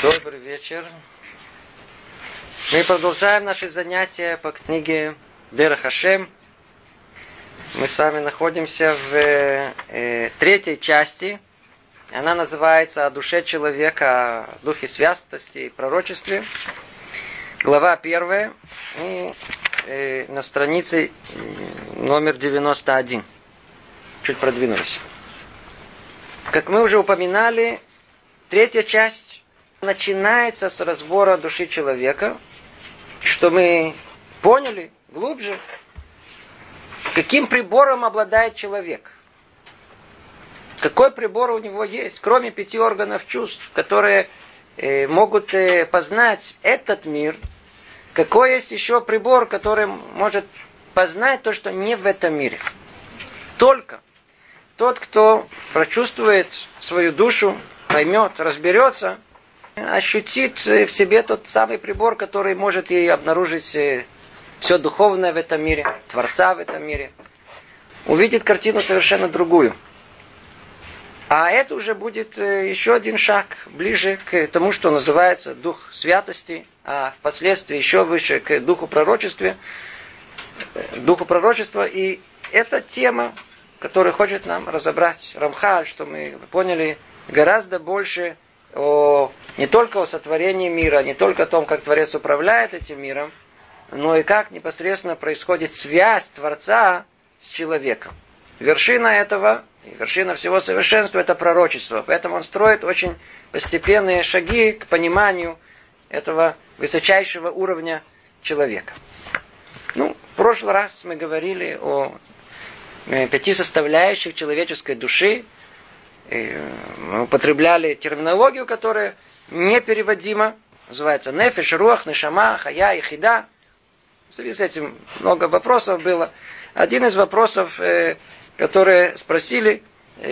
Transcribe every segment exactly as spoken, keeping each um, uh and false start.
Добрый вечер. Мы продолжаем наши занятия по книге Дерех Ашем. Мы с вами находимся в э, третьей части. Она называется «О душе человека, о духе святости и пророчестве». Глава первая. И э, на странице номер девяносто один. Чуть продвинулись. Как мы уже упоминали, третья часть начинается с разбора души человека, что мы поняли глубже, каким прибором обладает человек. Какой прибор у него есть, кроме пяти органов чувств, которые э, могут э, познать этот мир. Какой есть еще прибор, который может познать то, что не в этом мире. Только тот, кто прочувствует свою душу, поймет, разберется, ощутит в себе тот самый прибор, который может ей обнаружить все духовное в этом мире, Творца в этом мире. Увидит картину совершенно другую. А это уже будет еще один шаг ближе к тому, что называется дух святости, а впоследствии еще выше к духу пророчества. Духу пророчества. И эта тема, которую хочет нам разобрать Рамхаль, что мы поняли гораздо больше о, не только о сотворении мира, не только о том, как Творец управляет этим миром, но и как непосредственно происходит связь Творца с человеком. Вершина этого, вершина всего совершенства — это пророчество. Поэтому он строит очень постепенные шаги к пониманию этого высочайшего уровня человека. Ну, в прошлый раз мы говорили о пяти составляющих человеческой души. Мы употребляли терминологию, которая непереводима. Называется нефеш, руах, нешама, хая и хида. В связи с этим много вопросов было. Один из вопросов, которые спросили,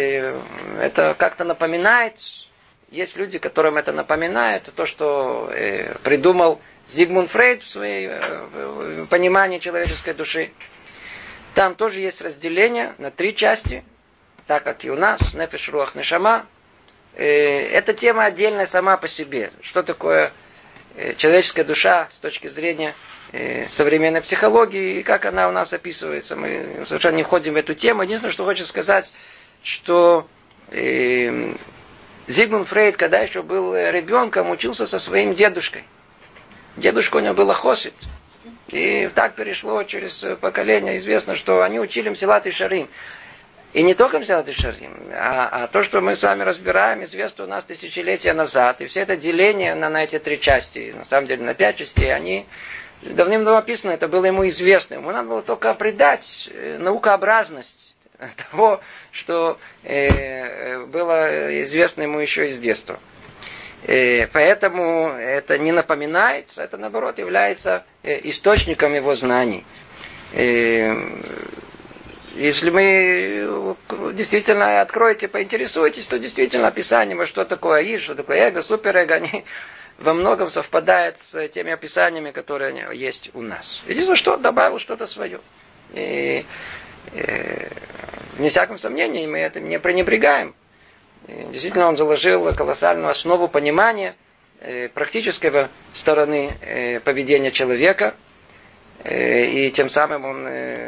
это как-то напоминает. Есть люди, которым это напоминает. То, что придумал Зигмунд Фрейд в своем понимании человеческой души. Там тоже есть разделение на три части. Так как и у нас, нефеш, руах, нешама. Эта тема отдельная сама по себе. Что такое человеческая душа с точки зрения современной психологии и как она у нас описывается. Мы совершенно не входим в эту тему. Единственное, что хочу сказать, что э, Зигмунд Фрейд, когда еще был ребенком, учился со своим дедушкой. Дедушка у него был хосид. И так перешло через поколение. Известно, что они учили Мсилат Йешарим. И не только Мсилат Йешарим, а, а то, что мы с вами разбираем, известно у нас тысячелетия назад. И все это деление на, на эти три части, на самом деле на пять частей, они давным-давно описаны, это было ему известно. Ему надо было только придать наукообразность того, что э, было известно ему еще из детства. Э, поэтому это не напоминает, это наоборот является э, источником его знаний. Э, Если вы действительно откроете, поинтересуетесь, то действительно описанием, что такое ид, что такое эго, суперэго, они во многом совпадают с теми описаниями, которые есть у нас. Единственное, что добавил что-то свое. И, и вне всяком сомнении, мы это не пренебрегаем. И действительно, он заложил колоссальную основу понимания практической стороны поведения человека. И тем самым он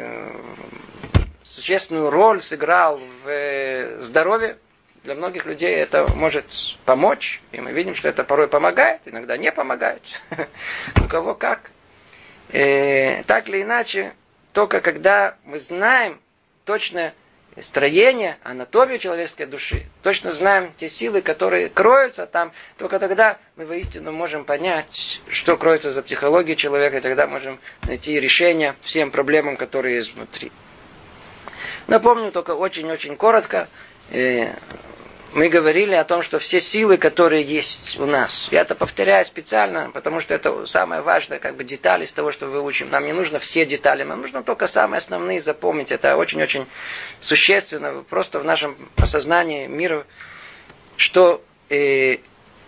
существенную роль сыграл в здоровье. Для многих людей это может помочь. И мы видим, что это порой помогает, иногда не помогает. У кого как. И, так или иначе, только когда мы знаем точное строение, анатомию человеческой души, точно знаем те силы, которые кроются там, только тогда мы воистину можем понять, что кроется за психологией человека, и тогда можем найти решение всем проблемам, которые есть внутри. Напомню только очень-очень коротко. Мы говорили о том, что все силы, которые есть у нас, я это повторяю специально, потому что это самая важная как бы, деталь из того, что мы учим. Нам не нужно все детали, нам нужно только самые основные запомнить. Это очень-очень существенно, просто в нашем осознании мира, что э,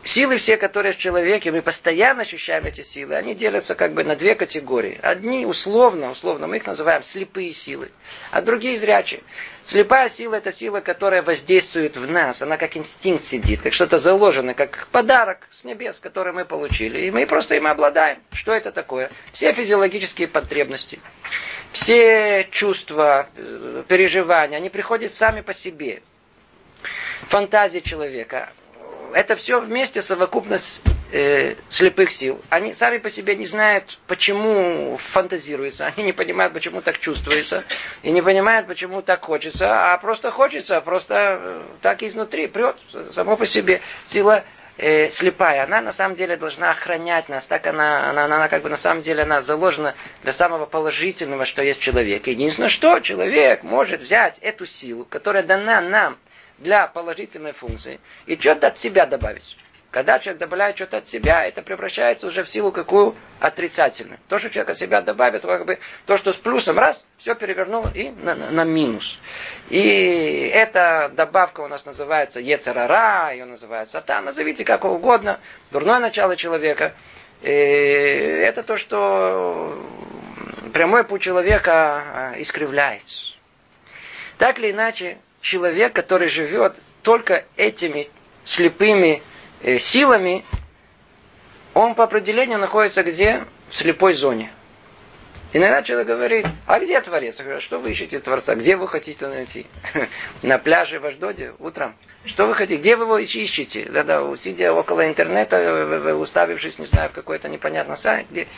Силы все, которые в человеке, мы постоянно ощущаем эти силы, они делятся как бы на две категории. Одни условно, условно, мы их называем слепые силы, а другие зрячие. Слепая сила – это сила, которая воздействует в нас. Она как инстинкт сидит, как что-то заложено, как подарок с небес, который мы получили. И мы просто им обладаем. Что это такое? Все физиологические потребности, все чувства, переживания, они приходят сами по себе. Фантазии человека – это все вместе совокупность э, слепых сил. Они сами по себе не знают, почему фантазируется. Они не понимают, почему так чувствуется. И не понимают, почему так хочется. А просто хочется, просто э, так изнутри прет. Само по себе сила э, слепая. Она на самом деле должна охранять нас. Так она, она, она как бы на самом деле она заложена для самого положительного, что есть в человеке. Единственное, что человек может взять эту силу, которая дана нам для положительной функции, и что-то от себя добавить. Когда человек добавляет что-то от себя, это превращается уже в силу какую? Отрицательную. То, что человек от себя добавит, как бы, то, что с плюсом, раз, все перевернуло и на, на, на минус. И эта добавка у нас называется йецер ара, ее называют сатан, назовите как угодно, дурное начало человека. И это то, что прямой путь человека искривляется. Так или иначе, человек, который живет только этими слепыми э, силами, он по определению находится где? В слепой зоне. Иногда человек говорит, а где Творец? Я говорю, что вы ищете Творца? Где вы хотите найти? На пляже в Ашдоде утром? Что вы хотите? Где вы его ищете? Да-да, сидя около интернета, уставившись, не знаю, в какой-то непонятный сайт. Где...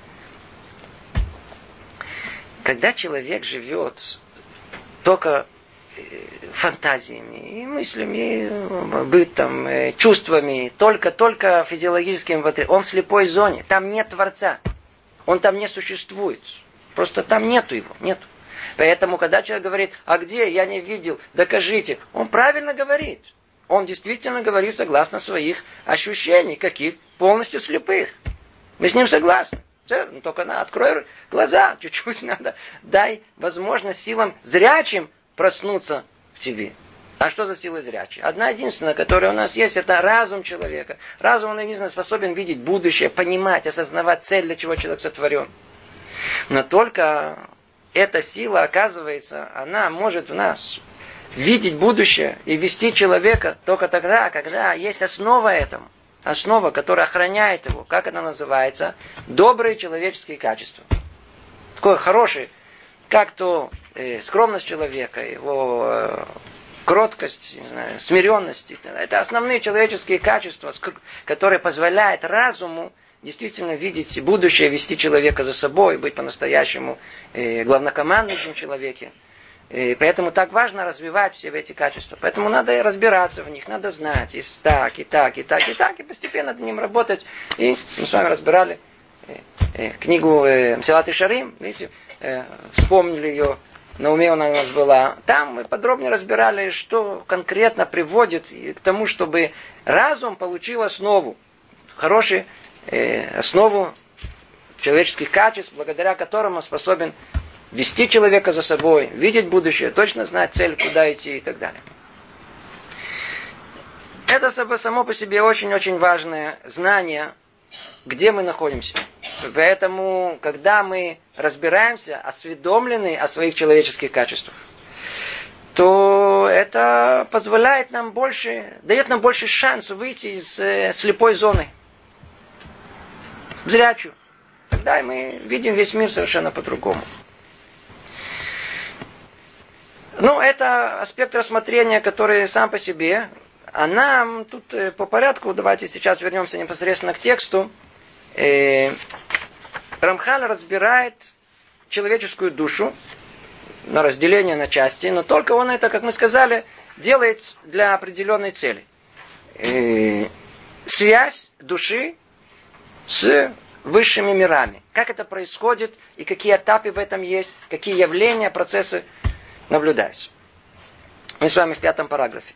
Когда человек живет только фантазиями, и мыслями, и бытом, и чувствами, только-только физиологическим, он в слепой зоне, там нет Творца, он там не существует, просто там нету его, нету. Поэтому, когда человек говорит, а где, я не видел, докажите, он правильно говорит, он действительно говорит согласно своих ощущений, каких полностью слепых. Мы с ним согласны. Только надо, открой глаза, чуть-чуть надо, дай возможность силам зрячим проснуться в тебе. А что за сила зрячая? Одна единственная, которая у нас есть, это разум человека. Разум, он единственно способен видеть будущее, понимать, осознавать цель, для чего человек сотворен. Но только эта сила, оказывается, она может в нас видеть будущее и вести человека только тогда, когда есть основа этому. Основа, которая охраняет его. Как она называется? Добрые человеческие качества. Такое хорошее. Как то э, скромность человека, его э, кроткость, не знаю, смиренность. Это основные человеческие качества, которые позволяют разуму действительно видеть будущее, вести человека за собой, быть по-настоящему э, главнокомандующим человеке. И поэтому так важно развивать все эти качества. Поэтому надо разбираться в них, надо знать. И так, и так, и так, и так, и постепенно над ним работать. И мы с вами разбирали э, э, книгу э, Мсилат Йешарим, видите, вспомнили ее, на уме она у нас была. Там мы подробнее разбирали, что конкретно приводит к тому, чтобы разум получил основу, хорошую э, основу человеческих качеств, благодаря которым он способен вести человека за собой, видеть будущее, точно знать цель, куда идти и так далее. Это само по себе очень-очень важное знание, где мы находимся. Поэтому, когда мы разбираемся, осведомлены о своих человеческих качествах, то это позволяет нам больше, дает нам больше шанс выйти из э, слепой зоны в зрячую. Тогда мы видим весь мир совершенно по-другому. Ну, это аспект рассмотрения, который сам по себе. А нам тут э, по порядку, давайте сейчас вернемся непосредственно к тексту. Э, Рамхаль разбирает человеческую душу на разделение на части, но только он это, как мы сказали, делает для определенной цели. Э, связь души с высшими мирами. Как это происходит и какие этапы в этом есть, какие явления, процессы наблюдаются. Мы с вами в пятом параграфе.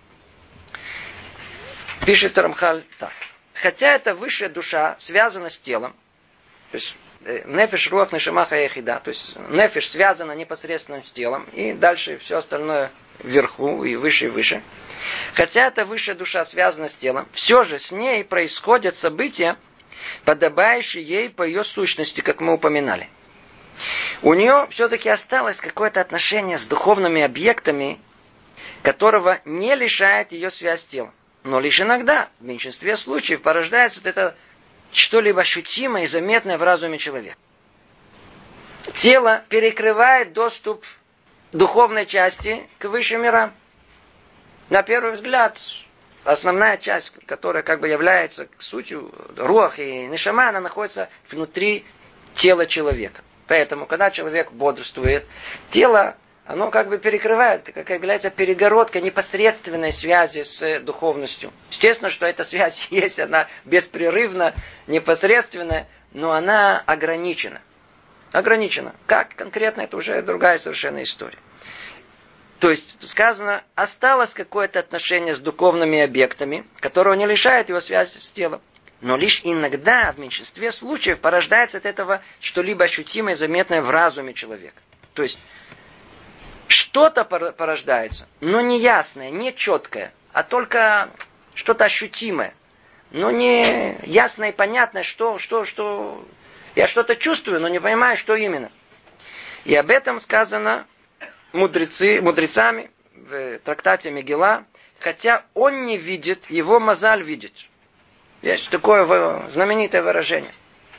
Пишет Рамхаль так. Хотя эта высшая душа связана с телом, то есть нефиш, руах, нешама, хаяхида. То есть нефиш связана непосредственно с телом. И дальше все остальное вверху и выше и выше. Хотя эта высшая душа связана с телом, все же с ней происходят события, подобающие ей по ее сущности, как мы упоминали. У нее все-таки осталось какое-то отношение с духовными объектами, которого не лишает ее связь с телом. Но лишь иногда, в меньшинстве случаев, порождается вот это что-либо ощутимое и заметное в разуме человека. Тело перекрывает доступ духовной части к высшим мирам. На первый взгляд, основная часть, которая как бы является сутью руах и нешама, она находится внутри тела человека. Поэтому, когда человек бодрствует, тело, оно как бы перекрывает, как является перегородкой непосредственной связи с духовностью. Естественно, что эта связь есть, она беспрерывна, непосредственная, но она ограничена. Ограничена. Как конкретно, это уже другая совершенно история. То есть, сказано, осталось какое-то отношение с духовными объектами, которого не лишает его связи с телом. Но лишь иногда, в меньшинстве случаев, порождается от этого что-либо ощутимое, заметное в разуме человека. То есть, что-то порождается, но не ясное, не четкое, а только что-то ощутимое. Но не ясное и понятное, что, что, что... Я что-то чувствую, но не понимаю, что именно. И об этом сказано мудрецы, мудрецами в трактате Мегилла, хотя он не видит, его мазаль видит. Есть такое знаменитое выражение.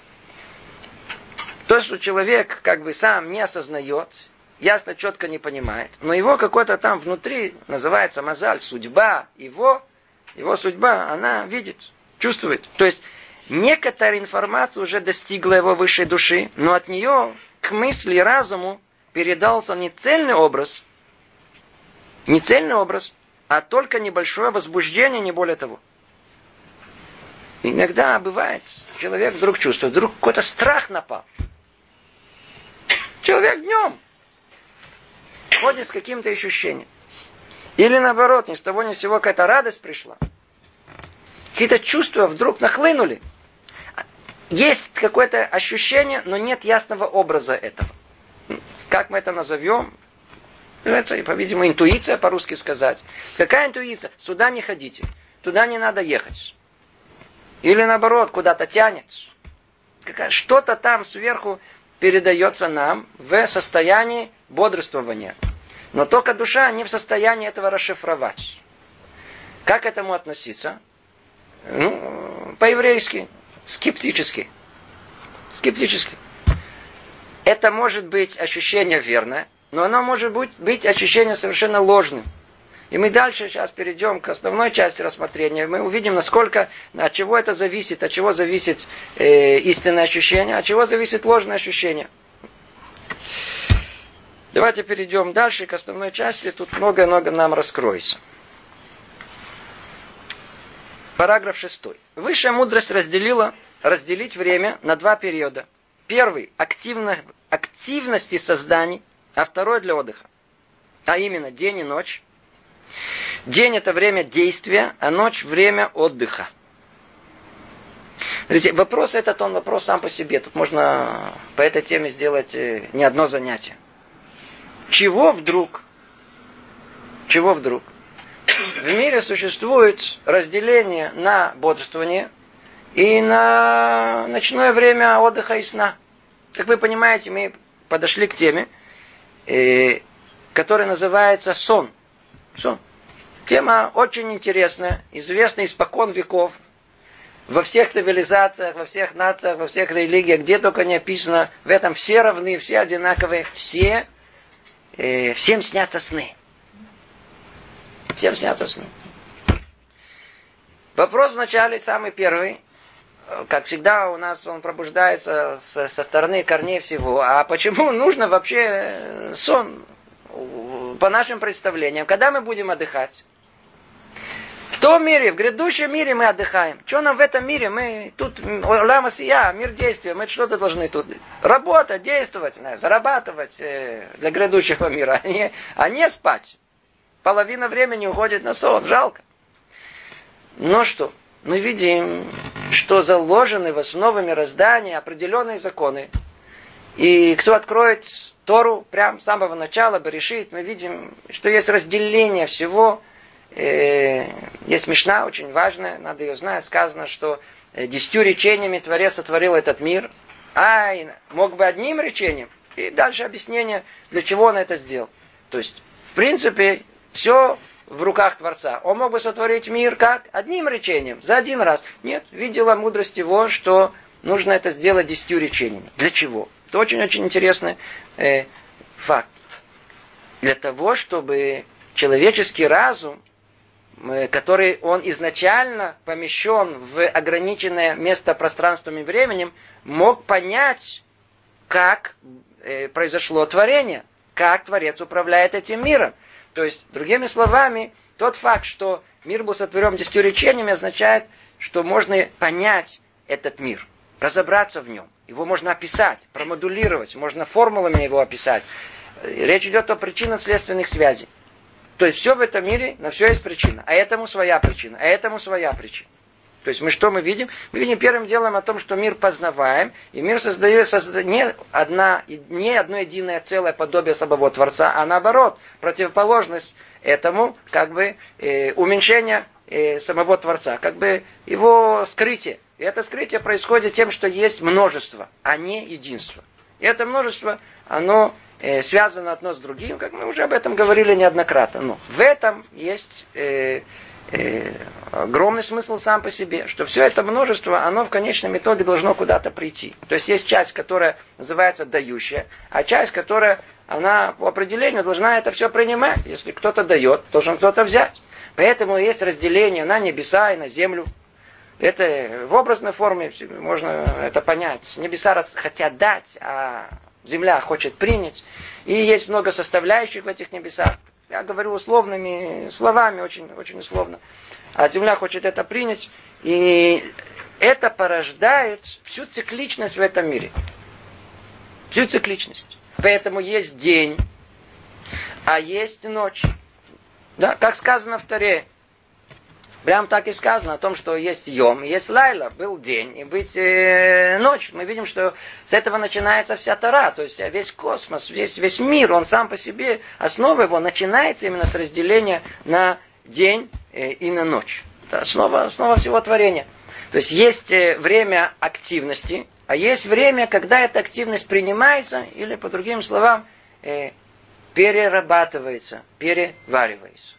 То, что человек как бы сам не осознает, ясно, четко не понимает, но его какой-то там внутри, называется мазаль, судьба, его, его судьба, она видит, чувствует. То есть, некоторая информация уже достигла его высшей души, но от нее к мысли и разуму передался не цельный образ, не цельный образ, а только небольшое возбуждение, не более того. Иногда бывает, человек вдруг чувствует, вдруг какой-то страх напал. Человек днем ходит с каким-то ощущением. Или наоборот, ни с того ни с сего какая-то радость пришла. Какие-то чувства вдруг нахлынули. Есть какое-то ощущение, но нет ясного образа этого. Как мы это назовем? Это, по-видимому, интуиция, по-русски сказать. Какая интуиция? Сюда не ходите. Туда не надо ехать. Или наоборот, куда-то тянет. Что-то там сверху передается нам в состоянии бодрствования. Но только душа не в состоянии этого расшифровать. Как к этому относиться? Ну, по-еврейски, скептически. Скептически. Это может быть ощущение верное, но оно может быть, быть ощущение совершенно ложным. И мы дальше сейчас перейдем к основной части рассмотрения. Мы увидим, насколько, от чего это зависит, от чего зависит э, истинное ощущение, от чего зависит ложное ощущение. Давайте перейдем дальше к основной части. Тут много-много нам раскроется. Параграф шестой. Высшая мудрость разделила, разделить время на два периода. Первый – активно, активности созданий, а второй – для отдыха. А именно день и ночь. День – это время действия, а ночь – время отдыха. Смотрите, вопрос этот, он вопрос сам по себе. Тут можно по этой теме сделать не одно занятие. Чего вдруг, чего вдруг в мире существует разделение на бодрствование и на ночное время отдыха и сна? Как вы понимаете, мы подошли к теме, которая называется сон. Сон. Тема очень интересная, известна испокон веков. Во всех цивилизациях, во всех нациях, во всех религиях, где только не описано, в этом все равны, все одинаковые, все, э, всем снятся сны. Всем снятся сны. Вопрос вначале самый первый. Как всегда у нас он пробуждается со, со стороны корней всего. А почему нужно вообще сон? По нашим представлениям, когда мы будем отдыхать? В том мире, в грядущем мире мы отдыхаем. Что нам в этом мире? Мы тут, лама сия, мир действия, мы что-то должны тут работать, действовать, зарабатывать для грядущего мира, а не, а не спать. Половина времени уходит на сон, жалко. Ну что, мы видим, что заложены в основу мироздания определенные законы. И кто откроет Тору прямо с самого начала, Берешит, мы видим, что есть разделение всего. Есть Мишна, очень важная, надо ее знать. Сказано, что десятью речениями Творец сотворил этот мир. А мог бы одним речением. И дальше объяснение, для чего он это сделал. То есть, в принципе, все в руках Творца. Он мог бы сотворить мир как? Одним речением, за один раз. Нет, видела мудрость его, что нужно это сделать десятью речениями. Для чего? Это очень-очень интересный э, факт. Для того, чтобы человеческий разум, э, который он изначально помещен в ограниченное место пространством и временем, мог понять, как э, произошло творение, как Творец управляет этим миром. То есть, другими словами, тот факт, что мир был сотворен десятью речениями, означает, что можно понять этот мир, разобраться в нем. Его можно описать, промодулировать, можно формулами его описать. Речь идет о причинно-следственных связях. То есть, все в этом мире, на все есть причина. А этому своя причина, а этому своя причина. То есть, мы что мы видим? Мы видим первым делом о том, что мир познаваем, и мир создает, создает не, одна, не одно единое целое подобие самого Творца, а наоборот, противоположность этому, как бы, э, уменьшение э, самого Творца, как бы его скрытие. И это скрытие происходит тем, что есть множество, а не единство. И это множество, оно э, связано одно с другим, как мы уже об этом говорили неоднократно. Но в этом есть... Э, огромный смысл сам по себе, что все это множество, оно в конечном итоге должно куда-то прийти. То есть есть часть, которая называется дающая, а часть, которая, она по определению должна это все принимать. Если кто-то дает, должен кто-то взять. Поэтому есть разделение на небеса и на землю. Это в образной форме можно это понять. Небеса хотят дать, а земля хочет принять. И есть много составляющих в этих небесах. Я говорю условными словами, очень, очень условно. А земля хочет это принять. И это порождает всю цикличность в этом мире. Всю цикличность. Поэтому есть день, а есть ночь. Да, как сказано в Торе. Прям так и сказано о том, что есть Йом, есть Лайла, был день, и быть э, ночь. Мы видим, что с этого начинается вся Тора, то есть весь космос, весь, весь мир, он сам по себе, основа его начинается именно с разделения на день э, и на ночь. Это основа, основа всего творения. То есть есть э, время активности, а есть время, когда эта активность принимается, или, по другим словам, э, перерабатывается, переваривается.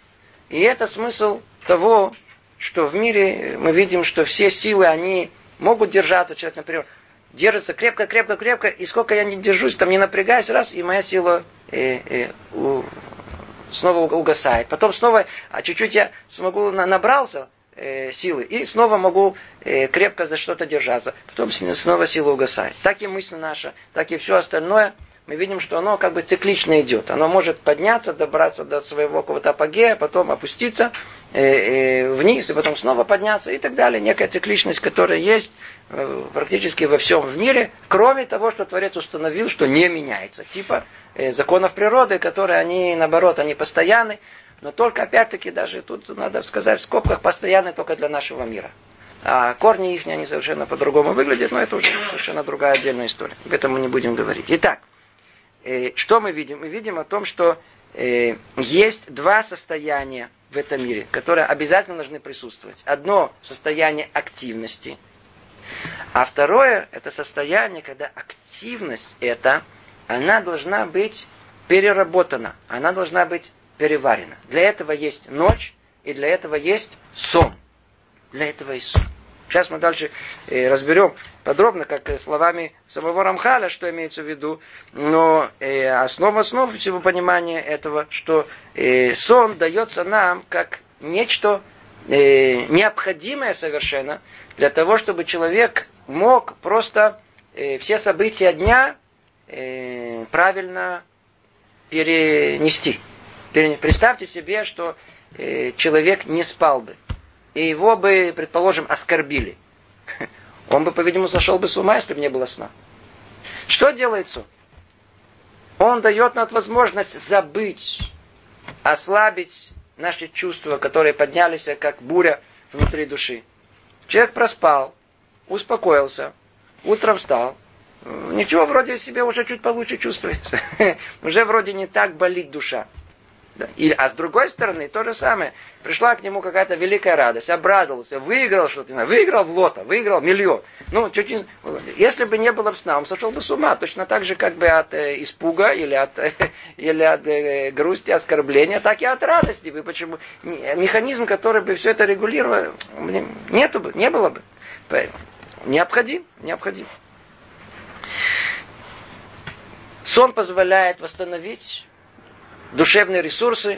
И это смысл того, что в мире мы видим, что все силы, они могут держаться. Человек, например, держится крепко, крепко, крепко, и сколько я не держусь, там не напрягаюсь, раз, и моя сила э, э, у, снова угасает. Потом снова, а чуть-чуть я смогу, набрался э, силы, и снова могу э, крепко за что-то держаться. Потом снова сила угасает. Так и мысль наша, так и все остальное. Мы видим, что оно как бы циклично идет. Оно может подняться, добраться до своего какого-то апогея, потом опуститься э, э, вниз, и потом снова подняться и так далее. Некая цикличность, которая есть э, практически во всем в мире, кроме того, что Творец установил, что не меняется. Типа э, законов природы, которые, они, наоборот, они постоянны, но только, опять-таки, даже тут надо сказать в скобках, постоянны только для нашего мира. А корни их, они совершенно по-другому выглядят, но это уже совершенно другая отдельная история. Об этом мы не будем говорить. Итак, что мы видим? Мы видим о том, что э, есть два состояния в этом мире, которые обязательно должны присутствовать. Одно состояние активности, а второе это состояние, когда активность эта, она должна быть переработана, она должна быть переварена. Для этого есть ночь, и для этого есть сон. Для этого есть сон. Сейчас мы дальше э, разберем подробно, как э, словами самого Рамхаля, что имеется в виду. Но э, основа основ всего понимания этого, что э, сон дается нам как нечто э, необходимое совершенно для того, чтобы человек мог просто э, все события дня э, правильно перенести. Представьте себе, что э, человек не спал бы. И его бы, предположим, оскорбили. Он бы, по-видимому, сошел бы с ума, если бы не было сна. Что делает сон? Он дает нам возможность забыть, ослабить наши чувства, которые поднялись, как буря внутри души. Человек проспал, успокоился, утром встал. Ничего, вроде в себе уже чуть получше чувствуется. Уже вроде не так болит душа. Да. И, а с другой стороны, то же самое. Пришла к нему какая-то великая радость, обрадовался, выиграл что-то, не знаю, выиграл в лото, выиграл миллион. Ну, чуть не... Если бы не было бы сна, он сошел бы с ума. Точно так же, как бы от э, испуга, или от, э, или от э, грусти, оскорбления, так и от радости. Вы почему? Механизм, который бы все это регулировал, нету бы, не было бы. Необходим, необходим. Сон позволяет восстановить душевные ресурсы.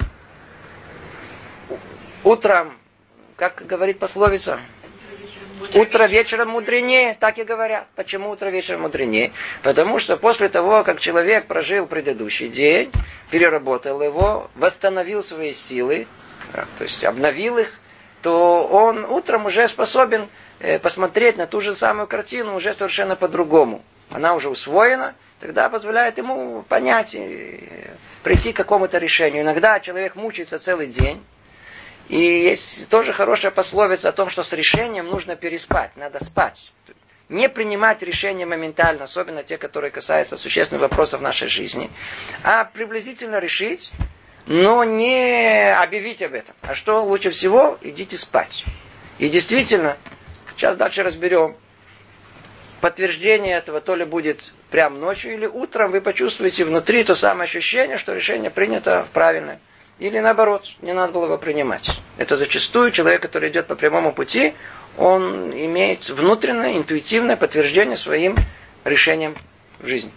Утром, как говорит пословица, утро вечером мудренее, так и говорят. Почему утро вечером мудренее? Потому что после того, как человек прожил предыдущий день, переработал его, восстановил свои силы, то есть обновил их, то он утром уже способен посмотреть на ту же самую картину уже совершенно по-другому. Она уже усвоена, тогда позволяет ему понять, прийти к какому-то решению. Иногда человек мучается целый день. И есть тоже хорошая пословица о том, что с решением нужно переспать, надо спать. Не принимать решения моментально, особенно те, которые касаются существенных вопросов нашей жизни, а приблизительно решить, но не объявить об этом. А что лучше всего? Идите спать. И действительно, сейчас дальше разберем. Подтверждение этого то ли будет прямо ночью, или утром вы почувствуете внутри то самое ощущение, что решение принято правильно. Или наоборот, не надо было его принимать. Это зачастую человек, который идет по прямому пути, он имеет внутреннее, интуитивное подтверждение своим решением в жизни.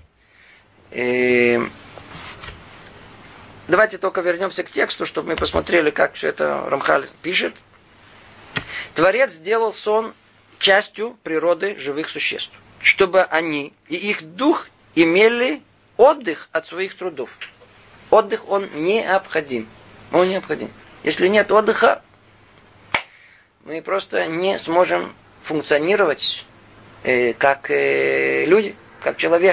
И давайте только вернемся к тексту, чтобы мы посмотрели, как все это Рамхаль пишет. Творец сделал сон частью природы живых существ, чтобы они и их дух имели отдых от своих трудов. Отдых, он необходим. Он необходим. Если нет отдыха, мы просто не сможем функционировать э, как э, люди, как человек.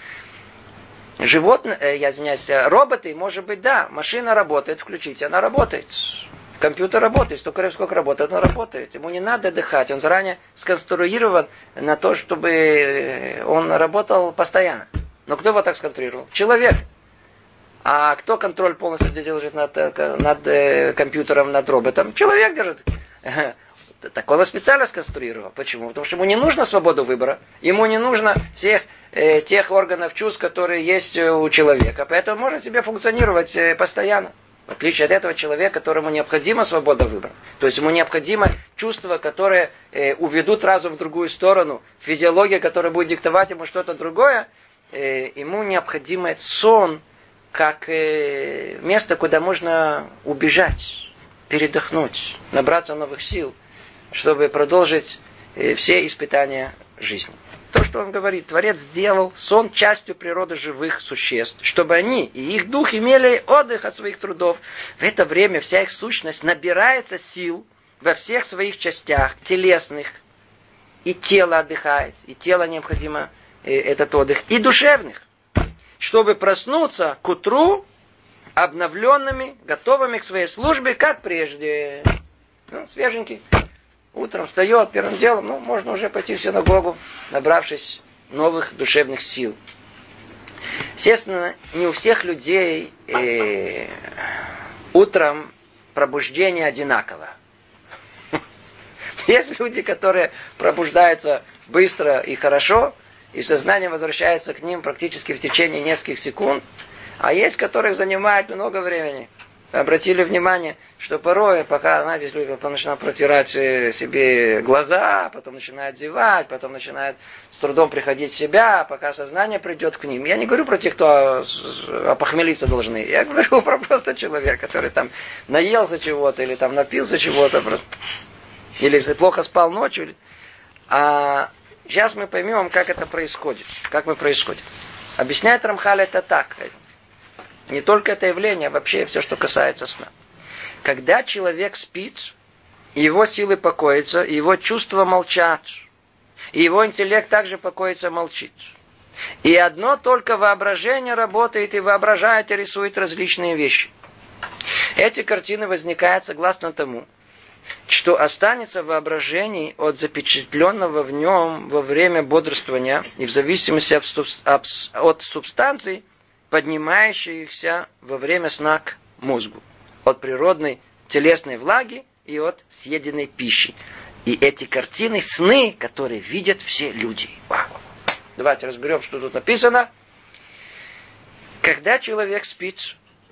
Животные, э, я извиняюсь, роботы, может быть, да, машина работает, включите, она работает. Компьютер работает, столько сколько работает, он работает. Ему не надо отдыхать, он заранее сконструирован на то, чтобы он работал постоянно. Но кто его так сконструировал? Человек. А кто контроль полностью держит над, над э, компьютером, над роботом? Человек держит. Так он специально сконструировал. Почему? Потому что ему не нужна свобода выбора. Ему не нужно всех э, тех органов чувств, которые есть у человека. Поэтому может себе функционировать э, постоянно. В отличие от этого человека, которому необходима свобода выбора. То есть ему необходимо чувства, которые э, уведут разум в другую сторону. Физиология, которая будет диктовать ему что-то другое. Э, ему необходим сон, как э, место, куда можно убежать, передохнуть, набраться новых сил, чтобы продолжить э, все испытания жизни. То, что он говорит, Творец сделал сон частью природы живых существ, чтобы они и их дух имели отдых от своих трудов. В это время вся их сущность набирается сил во всех своих частях телесных, и тело отдыхает, и тело необходимо э, этот отдых, и душевных, чтобы проснуться к утру обновленными, готовыми к своей службе, как прежде. Ну, свеженький. Утром встает, первым делом, ну, можно уже пойти в синагогу, набравшись новых душевных сил. Естественно, не у всех людей э, утром пробуждение одинаково. Есть люди, которые пробуждаются быстро и хорошо, и сознание возвращается к ним практически в течение нескольких секунд. А есть, которых занимает много времени. Обратили внимание, что порой, пока, знаете, люди потом начинают протирать себе глаза, потом начинают зевать, потом начинают с трудом приходить в себя, пока сознание придет к ним. Я не говорю про тех, кто опохмелиться должны. Я говорю про просто человека, который там наелся чего-то, или там напился чего-то, или плохо спал ночью. А сейчас мы поймем, как это происходит. Как мы происходит. Объясняет Рамхаль это так. Не только это явление, а вообще все, что касается сна. Когда человек спит, его силы покоятся, его чувства молчат. И его интеллект также покоится, молчит. И одно только воображение работает и воображает и рисует различные вещи. Эти картины возникают согласно тому, что останется в воображении от запечатленного в нем во время бодрствования и в зависимости от субстанций, поднимающихся во время сна к мозгу, от природной телесной влаги и от съеденной пищи. И эти картины, сны, которые видят все люди. Вау. Давайте разберем, что тут написано. Когда человек спит,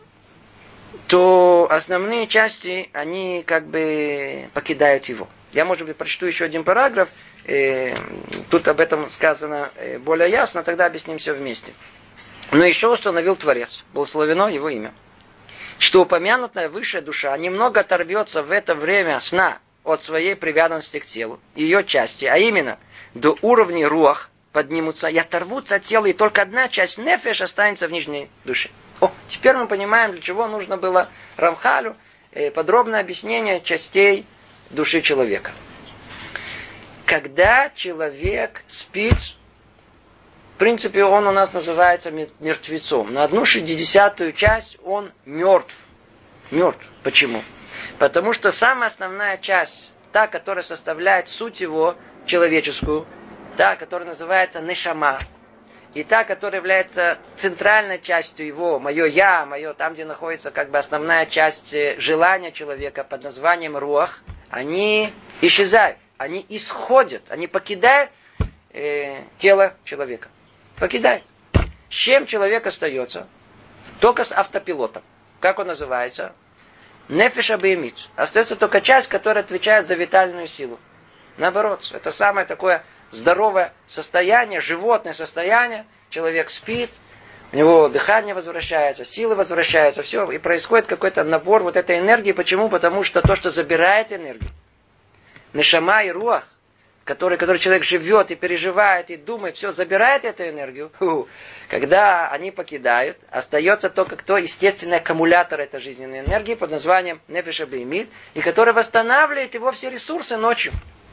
то основные части, они как бы покидают его. Я, может быть, прочту еще один параграф. Тут об этом сказано более ясно, тогда объясним все вместе. Но еще установил Творец, благословено его имя, что упомянутая высшая душа немного оторвется в это время сна от своей привязанности к телу, ее части, а именно до уровня руах поднимутся и оторвутся от тела, и только одна часть нефеш останется в нижней душе. О, теперь мы понимаем, для чего нужно было Рамхалю подробное объяснение частей души человека. Когда человек спит, в принципе, он у нас называется мертвецом. На одну шестидесятую часть он мертв. Мертв. Почему? Потому что самая основная часть, та, которая составляет суть его человеческую, та, которая называется нешама, и та, которая является центральной частью его, мое я, мое, там, где находится как бы основная часть желания человека под названием руах, они исчезают, они исходят, они покидают э, тело человека. Покидает. С чем человек остается? Только с автопилотом. Как он называется? Нефеш абеемит. Остается только часть, которая отвечает за витальную силу. Наоборот, это самое такое здоровое состояние, животное состояние. Человек спит, у него дыхание возвращается, силы возвращаются, все. И происходит какой-то набор вот этой энергии. Почему? Потому что то, что забирает энергию, нешама и руах, который, который человек живет и переживает, и думает, все, забирает эту энергию. Фу. Когда они покидают, остается только кто естественный аккумулятор этой жизненной энергии под названием нефеш абеемит, и который восстанавливает его все ресурсы ночью.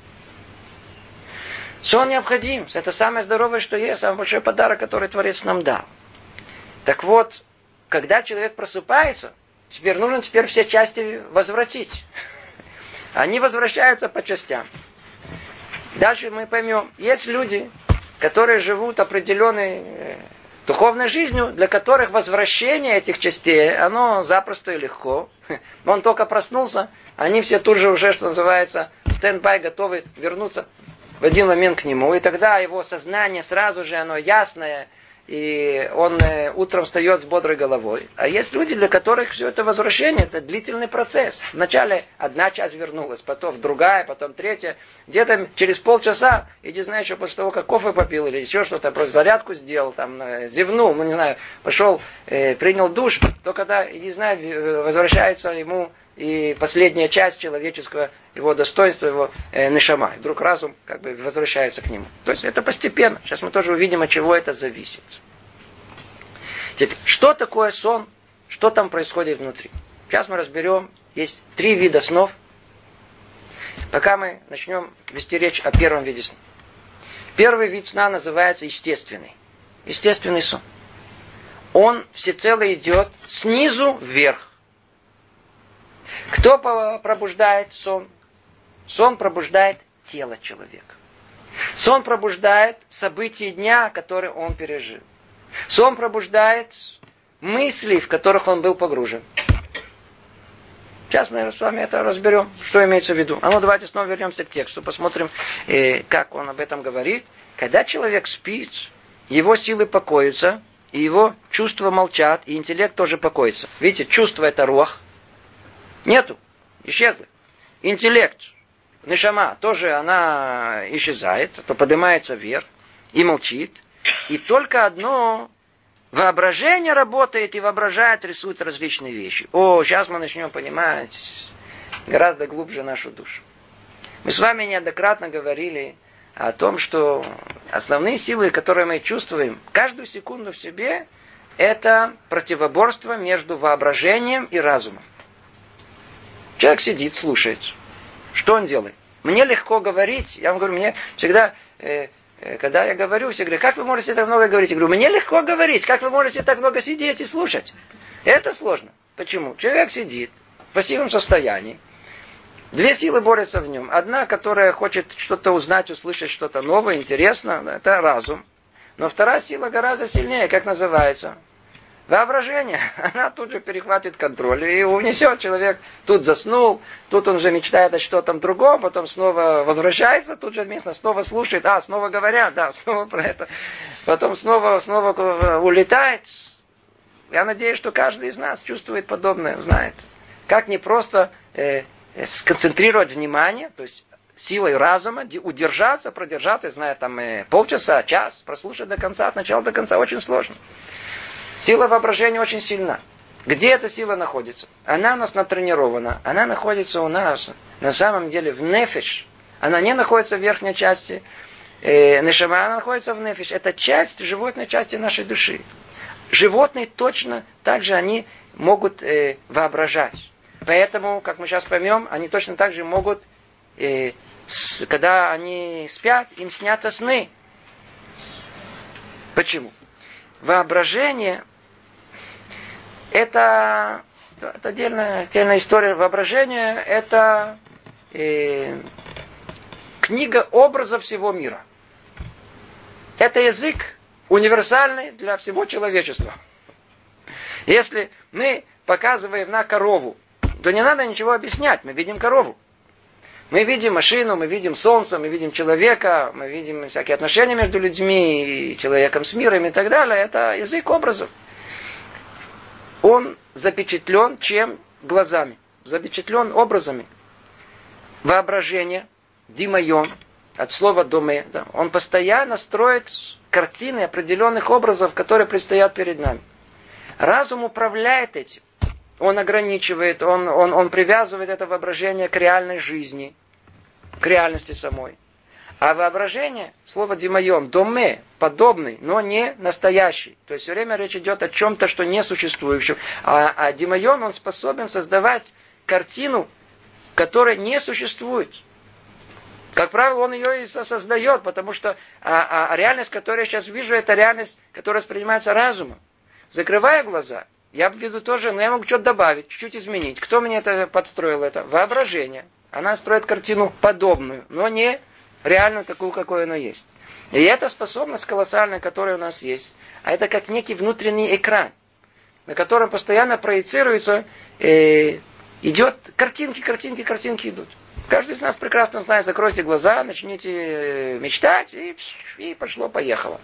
Сон необходим. Это самое здоровое, что есть, самый большой подарок, который Творец нам дал. Так вот, когда человек просыпается, теперь нужно теперь все части возвратить. Они возвращаются по частям. Дальше мы поймем, есть люди, которые живут определенной э, духовной жизнью, для которых возвращение этих частей, оно запросто и легко. Он только проснулся, они все тут же уже, что называется, стенд-бай, готовы вернуться в один момент к нему. И тогда его сознание сразу же, оно ясное, и он э, утром встает с бодрой головой. А есть люди, для которых все это возвращение, это длительный процесс. Вначале одна часть вернулась, потом другая, потом третья. Где-то через полчаса, иди знаешь, что после того, как кофе попил или еще что-то, просто зарядку сделал, там, э, зевнул, ну не знаю, пошел, э, принял душ, то когда, иди знаю, возвращается ему и последняя часть человеческого, его достоинства, его э, нешама. И вдруг разум как бы возвращается к нему. То есть это постепенно. Сейчас мы тоже увидим, от чего это зависит. Теперь, что такое сон? Что там происходит внутри? Сейчас мы разберем. Есть три вида снов. Пока мы начнем вести речь о первом виде сна. Первый вид сна называется естественный. Естественный сон. Он всецело идет снизу вверх. Кто пробуждает сон? Сон пробуждает тело человека. Сон пробуждает события дня, которые он пережил. Сон пробуждает мысли, в которых он был погружен. Сейчас мы с вами это разберем, что имеется в виду. А ну давайте снова вернемся к тексту, посмотрим, как он об этом говорит. Когда человек спит, его силы покоятся, и его чувства молчат, и интеллект тоже покоится. Видите, чувство это руах. Нету. Исчезли. Интеллект, нешама, тоже она исчезает, то поднимается вверх и молчит. И только одно воображение работает и воображает, рисует различные вещи. О, сейчас мы начнем понимать гораздо глубже нашу душу. Мы с вами неоднократно говорили о том, что основные силы, которые мы чувствуем каждую секунду в себе, это противоборство между воображением и разумом. Человек сидит, слушает. Что он делает? Мне легко говорить. Я вам говорю, мне всегда, э, э, когда я говорю, все говорят, как вы можете так много говорить? Я говорю, мне легко говорить. Как вы можете так много сидеть и слушать? Это сложно. Почему? Человек сидит в пассивном состоянии. Две силы борются в нем. Одна, которая хочет что-то узнать, услышать что-то новое, интересно, это разум. Но вторая сила гораздо сильнее, как называется? Воображение. Она тут же перехватит контроль и унесет. Человек тут заснул, тут он же мечтает о что-то другом, потом снова возвращается, тут же вместо снова слушает, а, снова говорят, да, снова про это. Потом снова, снова улетает. Я надеюсь, что каждый из нас чувствует подобное, знает. Как не просто э, сконцентрировать внимание, то есть силой разума удержаться, продержаться, зная там э, полчаса, час, прослушать до конца, от начала до конца, очень сложно. Сила воображения очень сильна. Где эта сила находится? Она у нас натренирована. Она находится у нас, на самом деле, в нефиш. Она не находится в верхней части э, нешама, она находится в нефиш. Это часть животной части нашей души. Животные точно так же они могут э, воображать. Поэтому, как мы сейчас поймем, они точно так же могут, э, с, когда они спят, им снятся сны. Почему? Воображение это, это отдельная, отдельная история. Воображение это э, книга образов всего мира. Это язык универсальный для всего человечества. Если мы показываем на корову, то не надо ничего объяснять. Мы видим корову. Мы видим машину, мы видим солнце, мы видим человека, мы видим всякие отношения между людьми и человеком с миром и так далее. Это язык образов. Он запечатлен чем? Глазами. Запечатлен образами. Воображение, димайон, от слова доме, да, он постоянно строит картины определенных образов, которые предстоят перед нами. Разум управляет этим. Он ограничивает, он, он, он привязывает это воображение к реальной жизни, к реальности самой. А воображение, слово димайон, доме, подобный, но не настоящий. То есть все время речь идет о чем-то, что не существующем. А, а димайон, он способен создавать картину, которая не существует. Как правило, он ее и создает, потому что а, а реальность, которую я сейчас вижу, это реальность, которая воспринимается разумом. Закрывая глаза, я введу тоже, но я могу что-то добавить, чуть-чуть изменить. Кто мне это подстроил? Это воображение. Она строит картину подобную, но не реальную такую, какой она есть. И эта способность колоссальная, которая у нас есть, а это как некий внутренний экран, на котором постоянно проецируется, э, идет картинки, картинки, картинки идут. Каждый из нас прекрасно знает, закройте глаза, начните мечтать, и, и пошло-поехало.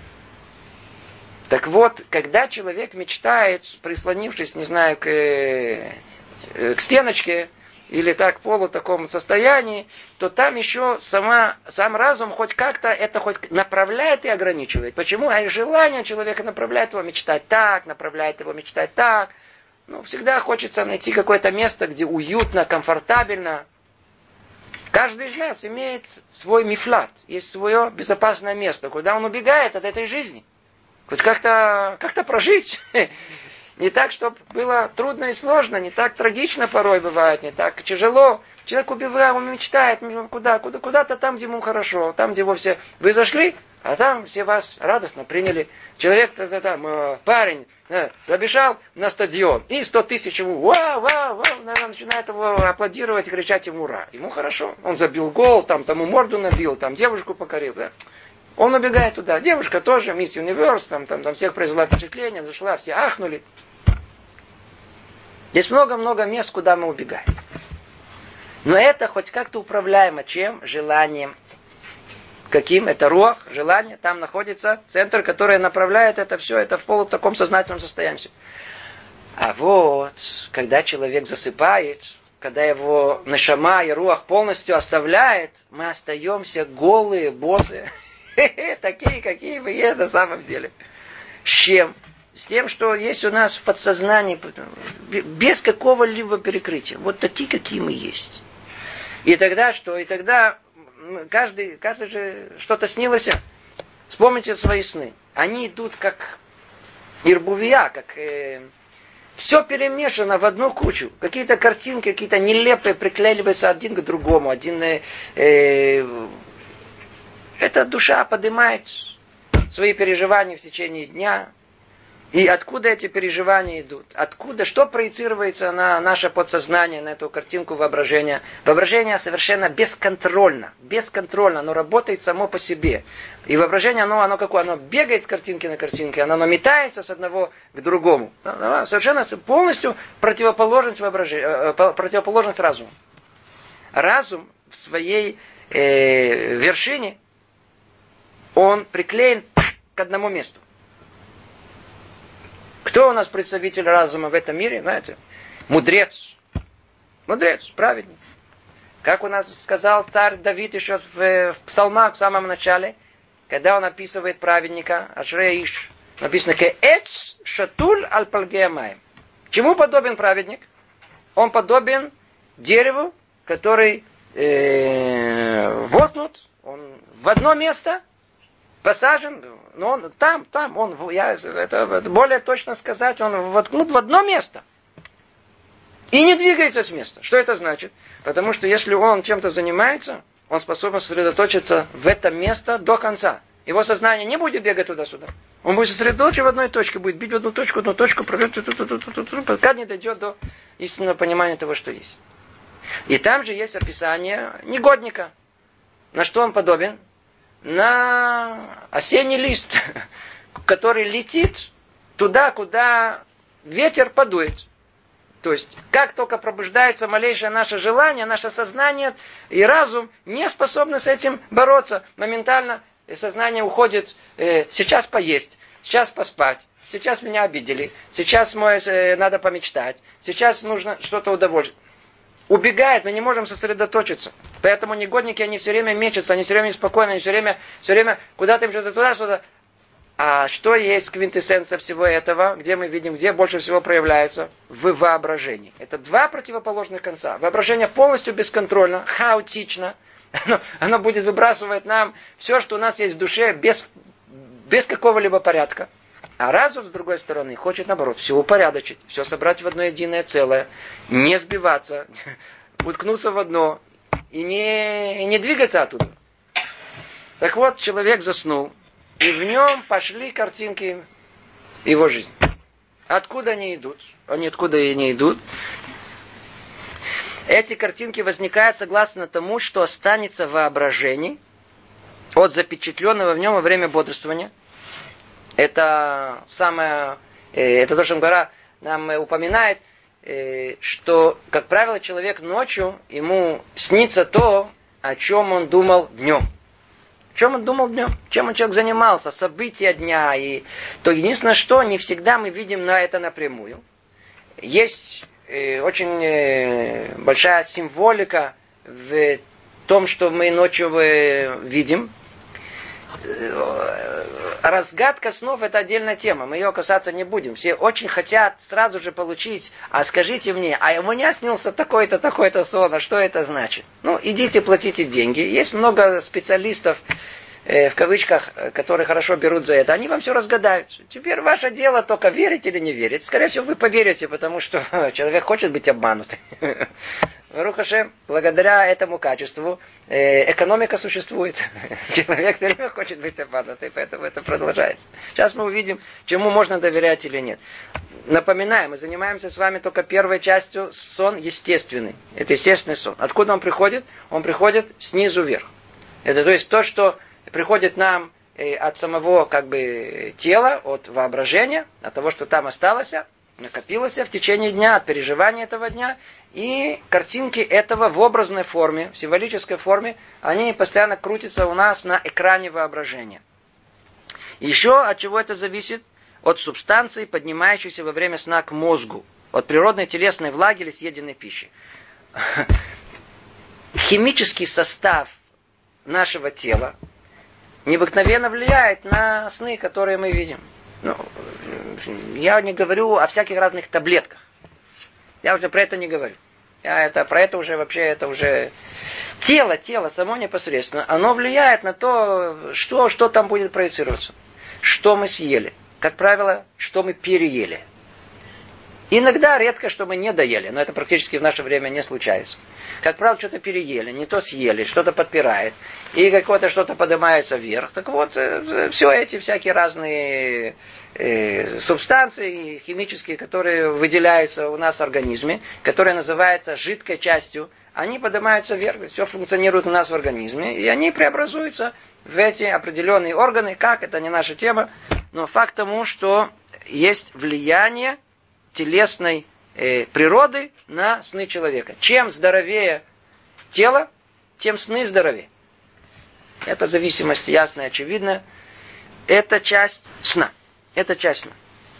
Так вот, когда человек мечтает, прислонившись, не знаю, к, э, к стеночке, или так в полу таком состоянии, то там еще сама, сам разум хоть как-то это хоть направляет и ограничивает. Почему? А желание человека направляет его мечтать так, направляет его мечтать так. Ну, всегда хочется найти какое-то место, где уютно, комфортабельно. Каждый из нас имеет свой мифлат, есть свое безопасное место, куда он убегает от этой жизни. Хоть как-то, как-то прожить. Не так, чтобы было трудно и сложно, не так трагично порой бывает, не так тяжело. Человек убивает, он мечтает, куда, куда, куда-то там, где ему хорошо, там, где его все... Вы зашли, а там все вас радостно приняли. Человек, там, парень, забежал на стадион, и сто тысяч ему, вау, вау, вау, наверное, начинает его аплодировать и кричать ему ура. Ему хорошо. Он забил гол, там, тому морду набил, там, девушку покорил, да. Он убегает туда. Девушка тоже, мисс Юниверс, там, там, там всех произвела впечатление, зашла, все ахнули. Здесь много-много мест, куда мы убегаем. Но это хоть как-то управляемо. Чем? Желанием. Каким? Это руах, желание. Там находится центр, который направляет это все. Это в полу таком сознательном состоянии. А вот, когда человек засыпает, когда его нешама и руах полностью оставляет, мы остаемся голые, босые. Такие, какие мы есть на самом деле. С чем? С тем, что есть у нас в подсознании, без какого-либо перекрытия. Вот такие, какие мы есть. И тогда что? И тогда каждый, каждый же что-то снилось. Вспомните свои сны. Они идут как ирбувия, как... Э, все перемешано в одну кучу. Какие-то картинки, какие-то нелепые приклеиваются один к другому. Один... Э, э, эта душа поднимает свои переживания в течение дня. И откуда эти переживания идут? Откуда, что проецируется на наше подсознание, на эту картинку воображения? Воображение совершенно бесконтрольно. Бесконтрольно, оно работает само по себе. И воображение, оно, оно какое? Оно бегает с картинки на картинке, оно, оно метается с одного к другому. Оно совершенно полностью противоположность, воображения, противоположность разуму. Разум в своей э, вершине, он приклеен к одному месту. Кто у нас представитель разума в этом мире, знаете? Мудрец. Мудрец, праведник. Как у нас сказал царь Давид еще в, в псалмах в самом начале, когда он описывает праведника, Ашрея Иш, написано «Кеэц шатуль аль пальгея маим». Чему подобен праведник? Он подобен дереву, который э, воткнут, он в одно место посажен, но он там, там, он, я, это более точно сказать, он воткнут в одно место. И не двигается с места. Что это значит? Потому что если он чем-то занимается, он способен сосредоточиться в это место до конца. Его сознание не будет бегать туда-сюда. Он будет сосредоточен в одной точке, будет бить в одну точку, одну точку, пока не дойдет до истинного понимания того, что есть. И там же есть описание негодника. На что он подобен? На осенний лист, который летит туда, куда ветер подует. То есть, как только пробуждается малейшее наше желание, наше сознание и разум не способны с этим бороться. Моментально сознание уходит, э, сейчас поесть, сейчас поспать, сейчас меня обидели, сейчас мой, э, надо помечтать, сейчас нужно что-то удовольствить. Убегает, мы не можем сосредоточиться. Поэтому негодники, они все время мечутся, они все время неспокойны, они все время, все время куда-то им что-то туда, что-то. А что есть квинтэссенция всего этого, где мы видим, где больше всего проявляется? В воображении. Это два противоположных конца. Воображение полностью бесконтрольно, хаотично. Оно, оно будет выбрасывать нам все, что у нас есть в душе, без, без какого-либо порядка. А разум, с другой стороны, хочет, наоборот, все упорядочить, все собрать в одно единое целое, не сбиваться, уткнуться в одно и не, не двигаться оттуда. Так вот, человек заснул, и в нем пошли картинки его жизни. Откуда они идут? Они откуда и не идут? Эти картинки возникают согласно тому, что останется в воображении от запечатленного в нем во время бодрствования. Это самое, это то, что Гара нам упоминает, что, как правило, человек ночью, ему снится то, о чем он думал днем. О чем он думал днем? Чем он человек занимался? События дня. И то единственное, что не всегда мы видим на это напрямую. Есть очень большая символика в том, что мы ночью видим. Разгадка снов — это отдельная тема, мы ее касаться не будем. Все очень хотят сразу же получить, а скажите мне, а у меня снился такой-то, такой-то сон, а что это значит? Ну, идите, платите деньги. Есть много специалистов, э, в кавычках, которые хорошо берут за это. Они вам все разгадают. Теперь ваше дело только верить или не верить. Скорее всего, вы поверите, потому что человек хочет быть обманутым. Барух Ашем, благодаря этому качеству э, экономика существует. Человек все время хочет быть обманутым, поэтому это продолжается. Сейчас мы увидим, чему можно доверять или нет. Напоминаем, мы занимаемся с вами только первой частью, сон естественный. Это естественный сон. Откуда он приходит? Он приходит снизу вверх. Это то есть то, что приходит нам э, от самого как бы тела, от воображения, от того, что там осталось, накопилось в течение дня, от переживания этого дня. И картинки этого в образной форме, в символической форме, они постоянно крутятся у нас на экране воображения. Еще от чего это зависит? От субстанции, поднимающейся во время сна к мозгу. От природной телесной влаги или съеденной пищи. Химический состав нашего тела необыкновенно влияет на сны, которые мы видим. Ну, я не говорю о всяких разных таблетках. Я уже про это не говорю. Я это, про это уже вообще, это уже... Тело, тело само непосредственно, оно влияет на то, что, что там будет проецироваться. Что мы съели. Как правило, что мы переели. Иногда, редко, что мы не доели, но это практически в наше время не случается. Как правило, что-то переели, не то съели, что-то подпирает, и какое-то что-то поднимается вверх. Так вот, все эти всякие разные э, субстанции химические, которые выделяются у нас в организме, которые называются жидкой частью, они поднимаются вверх, все функционирует у нас в организме, и они преобразуются в эти определенные органы. Как, это не наша тема, но факт тому, что есть влияние телесной э, природы на сны человека. Чем здоровее тело, тем сны здоровее. Это зависимость ясная, очевидная. Это часть сна. Это часть сна.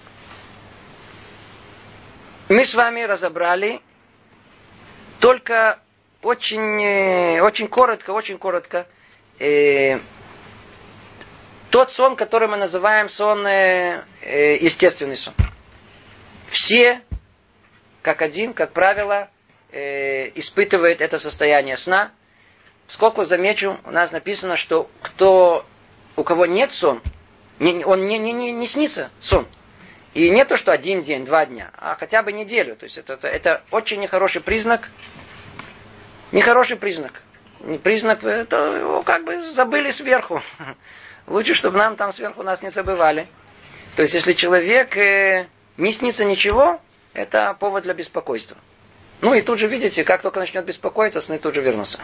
Мы с вами разобрали только очень, э, очень коротко, очень коротко э, тот сон, который мы называем сон, э, э, естественный сон. Все, как один, как правило, э, испытывают это состояние сна. Сколько замечу, у нас написано, что кто, у кого нет сон, не, он не, не, не, не снится сон. И не то, что один день, два дня, а хотя бы неделю. То есть это, это, это очень нехороший признак. Нехороший признак. Признак, это его как бы забыли сверху. Лучше, чтобы нам там сверху нас не забывали. То есть если человек... Э, не снится ничего, это повод для беспокойства. Ну и тут же, видите, как только начнет беспокоиться, сны тут же вернутся.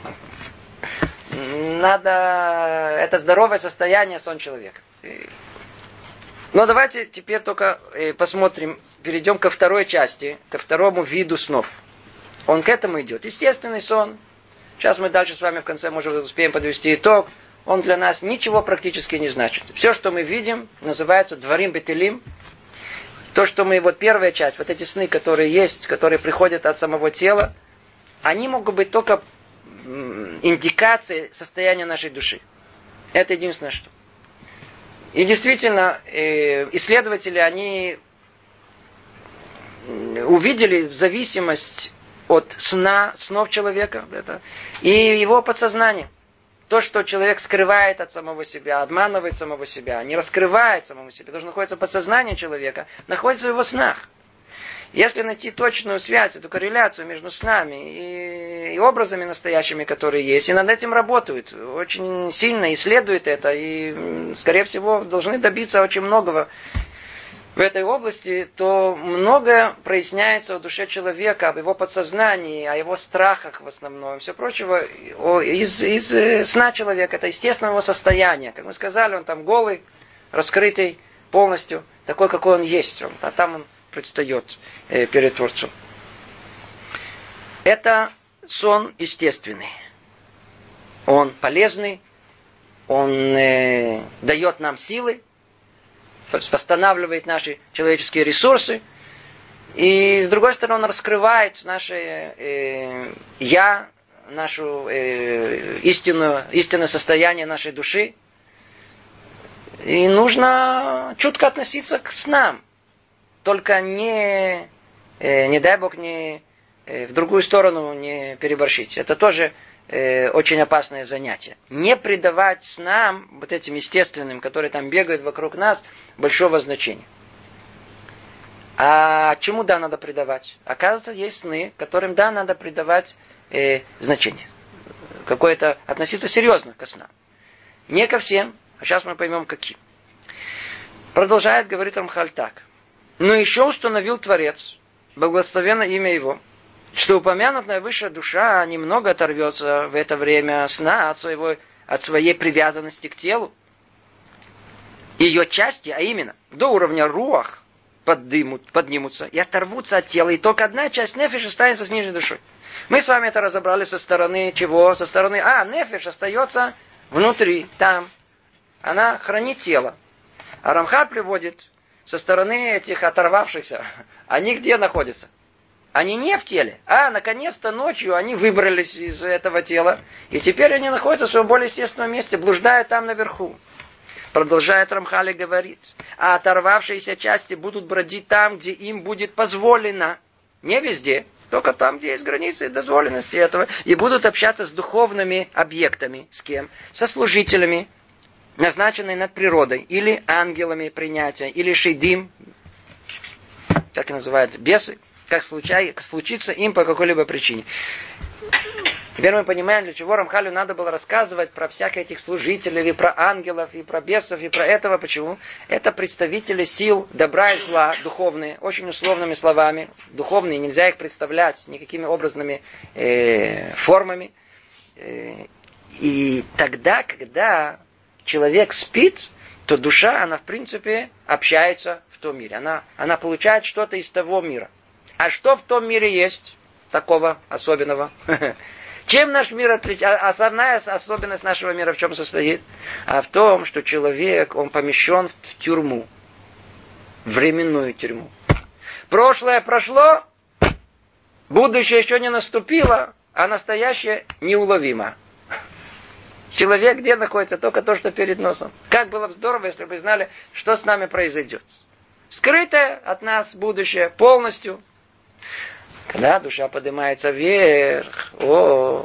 Надо... Это здоровое состояние, сон человека. Но давайте теперь только посмотрим, перейдем ко второй части, ко второму виду снов. Он к этому идет. Естественный сон. Сейчас мы дальше с вами в конце, может, успеем подвести итог. Он для нас ничего практически не значит. Все, что мы видим, называется дварим бетелим. То, что мы, вот первая часть, вот эти сны, которые есть, которые приходят от самого тела, они могут быть только индикацией состояния нашей души. Это единственное, что. И действительно, исследователи, они увидели зависимость от сна, снов человека, это, и его подсознания. То, что человек скрывает от самого себя, обманывает самого себя, не раскрывает самого себя, то, что находится в подсознании человека, находится в его снах. Если найти точную связь, эту корреляцию между снами и, и образами настоящими, которые есть, и над этим работают, очень сильно исследуют это, и, скорее всего, должны добиться очень многого в этой области, то многое проясняется в душе человека, об его подсознании, о его страхах в основном, и все прочего, из, из сна человека, это естественного состояния. Как мы сказали, он там голый, раскрытый полностью, такой, какой он есть. Он, а там он предстает э, перед Творцом. Это сон естественный. Он полезный, он э, дает нам силы, восстанавливает наши человеческие ресурсы. И с другой стороны, он раскрывает наше э, я, нашу э, истинную, истинное состояние нашей души. И нужно чутко относиться к снам. Только не, э, не дай Бог, не, э, в другую сторону не переборщить. Это тоже э, очень опасное занятие. Не придавать снам, вот этим естественным, которые там бегают вокруг нас, большого значения. А чему, да, надо придавать? Оказывается, есть сны, которым, да, надо придавать э, значение. Какое-то, относиться серьезно ко снам. Не ко всем, а сейчас мы поймем, каким. Продолжает говорить Рамхаль так. Но еще установил Творец, благословенно имя его, что упомянутая высшая душа немного оторвется в это время сна от, своего, от своей привязанности к телу. Ее части, а именно до уровня руах, поднимут, поднимутся и оторвутся от тела. И только одна часть нефиш останется с нижней душой. Мы с вами это разобрали со стороны чего? Со стороны, а, нефиш остается внутри, там. Она хранит тело. А Рамхаль приводит со стороны этих оторвавшихся. Они где находятся? Они не в теле, а наконец-то ночью они выбрались из этого тела. И теперь они находятся в своем более естественном месте, блуждают там наверху. Продолжает Рамхаль и говорит, а оторвавшиеся части будут бродить там, где им будет позволено. Не везде, только там, где есть границы дозволенности этого. И будут общаться с духовными объектами. С кем? Со служителями, назначенные над природой. Или ангелами принятия. Или шейдим. так и называют бесы, как, случай, случится им по какой-либо причине. Теперь мы понимаем, для чего Рамхалю надо было рассказывать про всяких этих служителей, и про ангелов, и про бесов, и про этого. Почему? Это представители сил добра и зла, духовные, очень условными словами. Духовные, нельзя их представлять никакими образными э, формами. Э, и тогда, когда человек спит, то душа, она в принципе общается в том мире. Она, она получает что-то из того мира. А что в том мире есть такого особенного? Чем наш мир отличается? Основная особенность нашего мира в чем состоит? А в том, что человек, он помещен в тюрьму. Временную тюрьму. Прошлое прошло, будущее еще не наступило, а настоящее неуловимо. Человек где находится? Только то, что перед носом. Как было бы здорово, если бы знали, что с нами произойдет. Скрытое от нас будущее полностью. Когда душа поднимается вверх, о,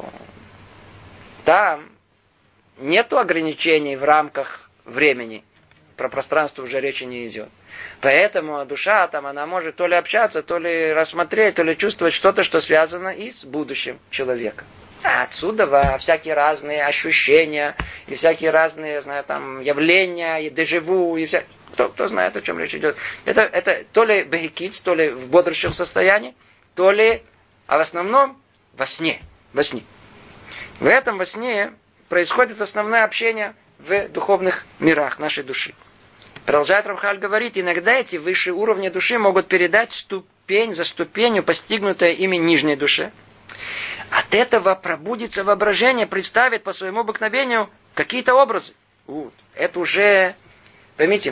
там нету ограничений в рамках времени. Про пространство уже речи не идет. Поэтому душа там, она может то ли общаться, то ли рассмотреть, то ли чувствовать что-то, что связано и с будущим человека. А отсюда во всякие разные ощущения, и всякие разные, знаю, там, явления, и дежавю, и вся... Кто, кто знает, о чем речь идет. Это, это то ли бехикиц, то ли в бодрящем состоянии, то ли, а в основном во сне. Во сне. В этом во сне происходит основное общение в духовных мирах нашей души. Продолжает Рамхаль говорить, иногда эти высшие уровни души могут передать ступень за ступенью, постигнутое ими нижней душе. От этого пробудится воображение, представит по своему обыкновению какие-то образы. Вот. Это уже, поймите,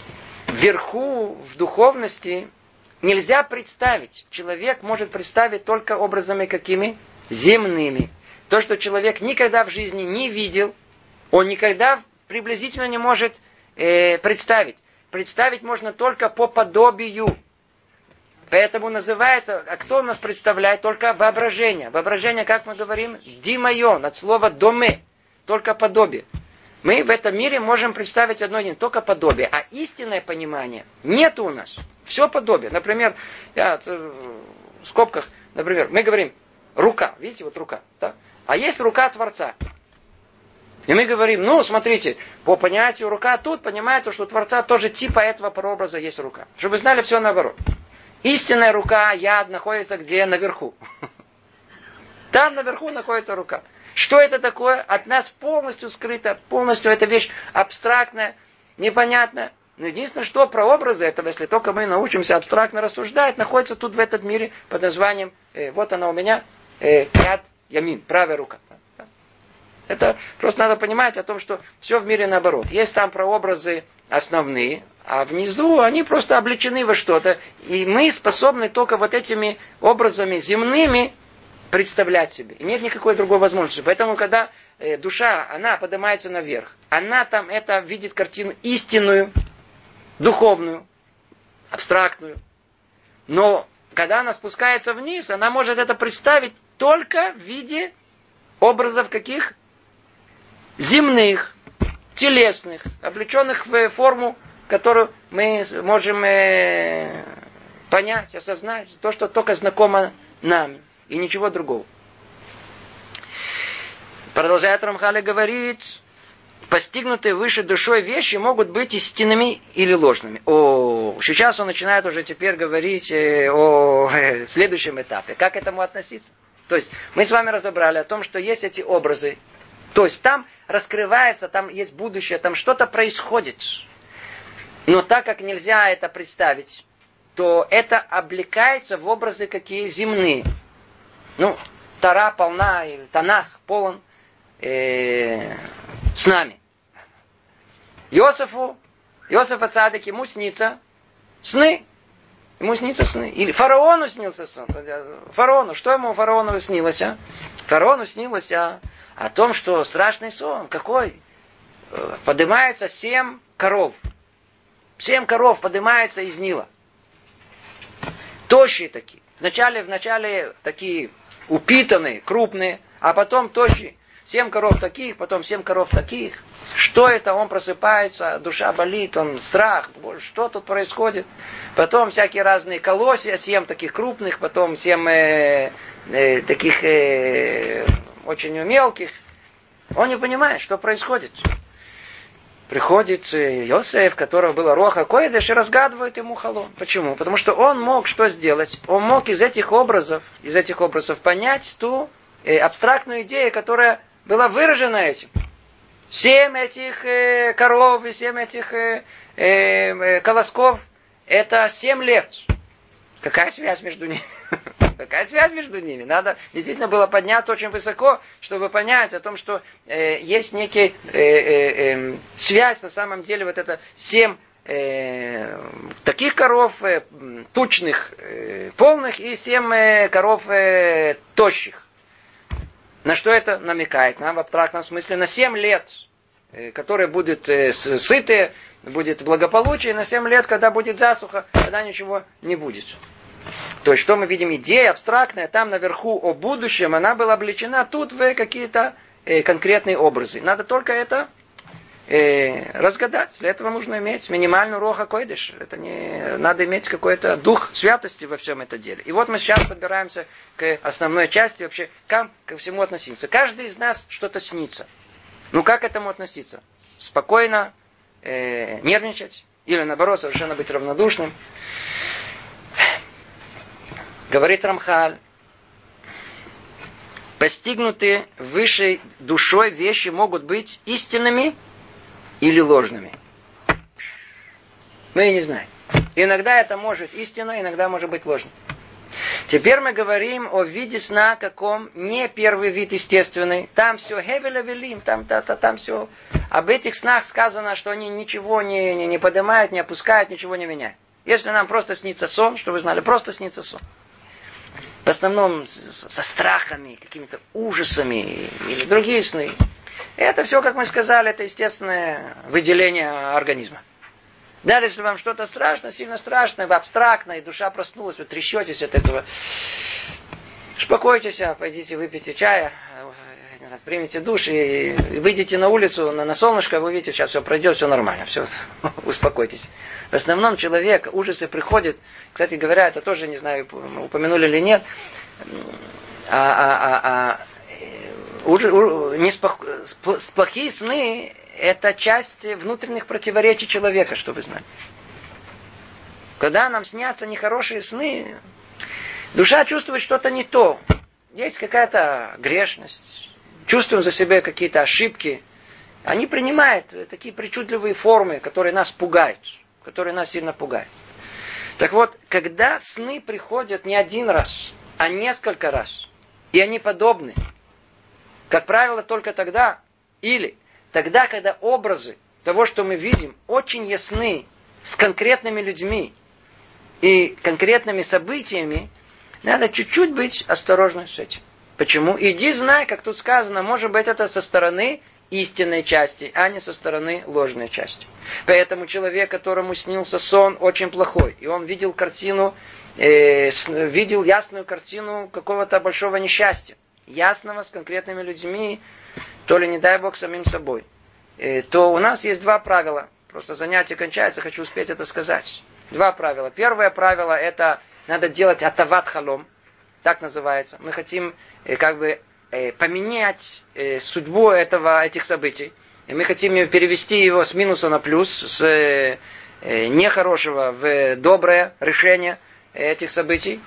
вверху в духовности нельзя представить. Человек может представить только образами какими? Земными. То, что человек никогда в жизни не видел, он никогда приблизительно не может э, представить. Представить можно только по подобию. Поэтому называется, а кто у нас представляет? Только воображение. Воображение, как мы говорим, димайон, от слова доме, только подобие. Мы в этом мире можем представить одно единое, только подобие. А истинное понимание нет у нас. Все подобие. Например, я в скобках, например, мы говорим рука. Видите, вот рука. Да? А есть рука Творца. И мы говорим, ну, смотрите, по понятию рука тут, понимаете, что у Творца тоже типа этого прообраза есть рука. Чтобы вы знали, все наоборот. Истинная рука, яд, находится где? Наверху. Там наверху находится рука. Что это такое? От нас полностью скрыто, полностью эта вещь абстрактная, непонятная. Но единственное, что прообразы этого, если только мы научимся абстрактно рассуждать, находится тут в этом мире под названием, э, вот она у меня, э, яд ямин, правая рука. Это просто надо понимать о том, что все в мире наоборот. Есть там прообразы основные, а внизу они просто облечены во что-то. И мы способны только вот этими образами земными представлять себе. И нет никакой другой возможности. Поэтому, когда э, душа, она поднимается наверх, она там это видит картину истинную, духовную, абстрактную. Но когда она спускается вниз, она может это представить только в виде образов каких? Земных, телесных, облеченных в форму, которую мы можем э, понять, осознать, то, что только знакомо нам, и ничего другого. Продолжает Рамхаль говорить, постигнутые выше душой вещи могут быть истинными или ложными. О, сейчас он начинает уже теперь говорить э, о э, следующем этапе. Как к этому относиться? То есть мы с вами разобрали о том, что есть эти образы. То есть там раскрывается, там есть будущее, там что-то происходит. Но так как нельзя это представить, то это облекается в образы какие земные. Ну, Тора полна, или Танах полон э, с нами. Иосифу, Иосиф Ацадик, ему снится сны. Ему снится сны. Или фараону снился сон. Фараону, что ему фараону снилось? А? Фараону снилось а, о том, что страшный сон. Какой? Поднимается семь коров. Семь коров поднимается из Нила. Тощие такие. Вначале, вначале такие упитанные, крупные, а потом тощие. семь коров таких, потом семь коров таких. Что это? Он просыпается, душа болит, он страх. Что тут происходит? Потом всякие разные колосья, семь таких крупных, потом семь э, э, таких э, очень мелких. Он не понимает, что происходит. Приходит Йосеф, которого было Роха Койдеш, и разгадывает ему халом. Почему? Потому что он мог что сделать? Он мог из этих образов, из этих образов понять ту э, абстрактную идею, которая была выражена этим. Семь этих э, коров и семь этих э, э, колосков – это семь лет. Какая связь между ними? Какая связь между ними? Надо действительно было подняться очень высоко, чтобы понять о том, что э, есть некая э, э, э, связь, на самом деле, вот это семь э, таких коров э, тучных, э, полных, и семь э, коров э, тощих. На что это намекает нам в абстрактном смысле? На семь лет, э, которые будут э, сытые, будет благополучие, и на семь лет, когда будет засуха, тогда ничего не будет. То есть, что мы видим, идея абстрактная, там наверху о будущем, она была облечена тут в какие-то э, конкретные образы. Надо только это э, разгадать. Для этого нужно иметь минимальную роха койдеш. Это не надо иметь какой-то дух святости во всем этом деле. И вот мы сейчас подбираемся к основной части, вообще, как ко всему относиться. Каждый из нас что-то снится. Ну, как к этому относиться? Спокойно э, нервничать? Или, наоборот, совершенно быть равнодушным? Говорит Рамхаль, постигнутые высшей душой вещи могут быть истинными или ложными. Мы и не знаем. Иногда это может истинно, иногда может быть ложно. Теперь мы говорим о виде сна, каком не первый вид естественный. Там все хевеля велим, там, та, та, там все. Об этих снах сказано, что они ничего не, не, не поднимают, не опускают, ничего не меняют. Если нам просто снится сон, что вы знали, просто снится сон. В основном со страхами, какими-то ужасами или другие сны. Это все, как мы сказали, это естественное выделение организма. Даже если вам что-то страшно, сильно страшно, вы абстрактно, и душа проснулась, вы трясетесь от этого. Успокойтесь, пойдите выпейте чая, примите душ и выйдите на улицу, на, на солнышко, вы увидите, сейчас все пройдет, все нормально, все, успокойтесь. В основном человек, ужасы приходят, кстати говоря, это тоже, не знаю, упомянули или нет, а, а, а, а, уж, не спох, плохие сны – это часть внутренних противоречий человека, что вы знаете. Когда нам снятся нехорошие сны, душа чувствует что-то не то. Есть какая-то грешность, чувствуем за себя какие-то ошибки. Они принимают такие причудливые формы, которые нас пугают, которые нас сильно пугают. Так вот, когда сны приходят не один раз, а несколько раз, и они подобны, как правило, только тогда, или тогда, когда образы того, что мы видим, очень ясны с конкретными людьми и конкретными событиями, надо чуть-чуть быть осторожным с этим. Почему? Иди знай, как тут сказано, может быть это со стороны истинной части, а не со стороны ложной части. Поэтому человек, которому снился сон очень плохой, и он видел картину, э, видел ясную картину какого-то большого несчастья, ясного с конкретными людьми, то ли, не дай Бог, самим собой, э, то у нас есть два правила. Просто занятие кончается, хочу успеть это сказать. Два правила. Первое правило, это надо делать атават халом, так называется. Мы хотим э, как бы э, поменять э, судьбу этого, этих событий. И мы хотим перевести его с минуса на плюс, с э, э, нехорошего в доброе решение этих событий.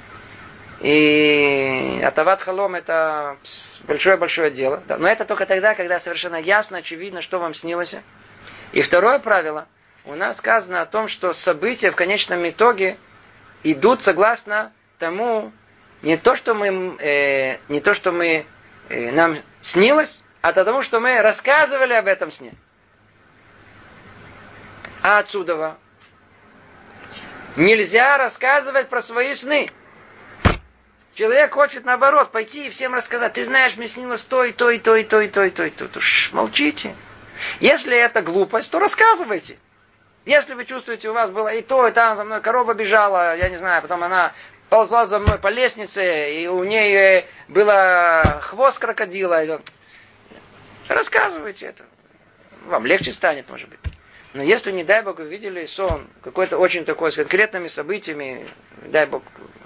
И атават халом это большое-большое дело. Но это только тогда, когда совершенно ясно, очевидно, что вам снилось. И второе правило. У нас сказано о том, что события в конечном итоге идут согласно тому, не то, что мы, э, не то, что мы, э, нам снилось, а тому, что мы рассказывали об этом сне. А отсюда нельзя рассказывать про свои сны. Человек хочет, наоборот, пойти и всем рассказать. Ты знаешь, мне снилось то, и то, и то, и то, и то, и то, и то. то ш, молчите. Если это глупость, то рассказывайте. Если вы чувствуете, у вас было и то, и там за мной корова бежала, я не знаю, потом она ползла за мной по лестнице, и у нее был хвост крокодила. Рассказывайте это. Вам легче станет, может быть. Но если, не дай Бог, вы видели сон, какой-то очень такой, с конкретными событиями, дай Бог,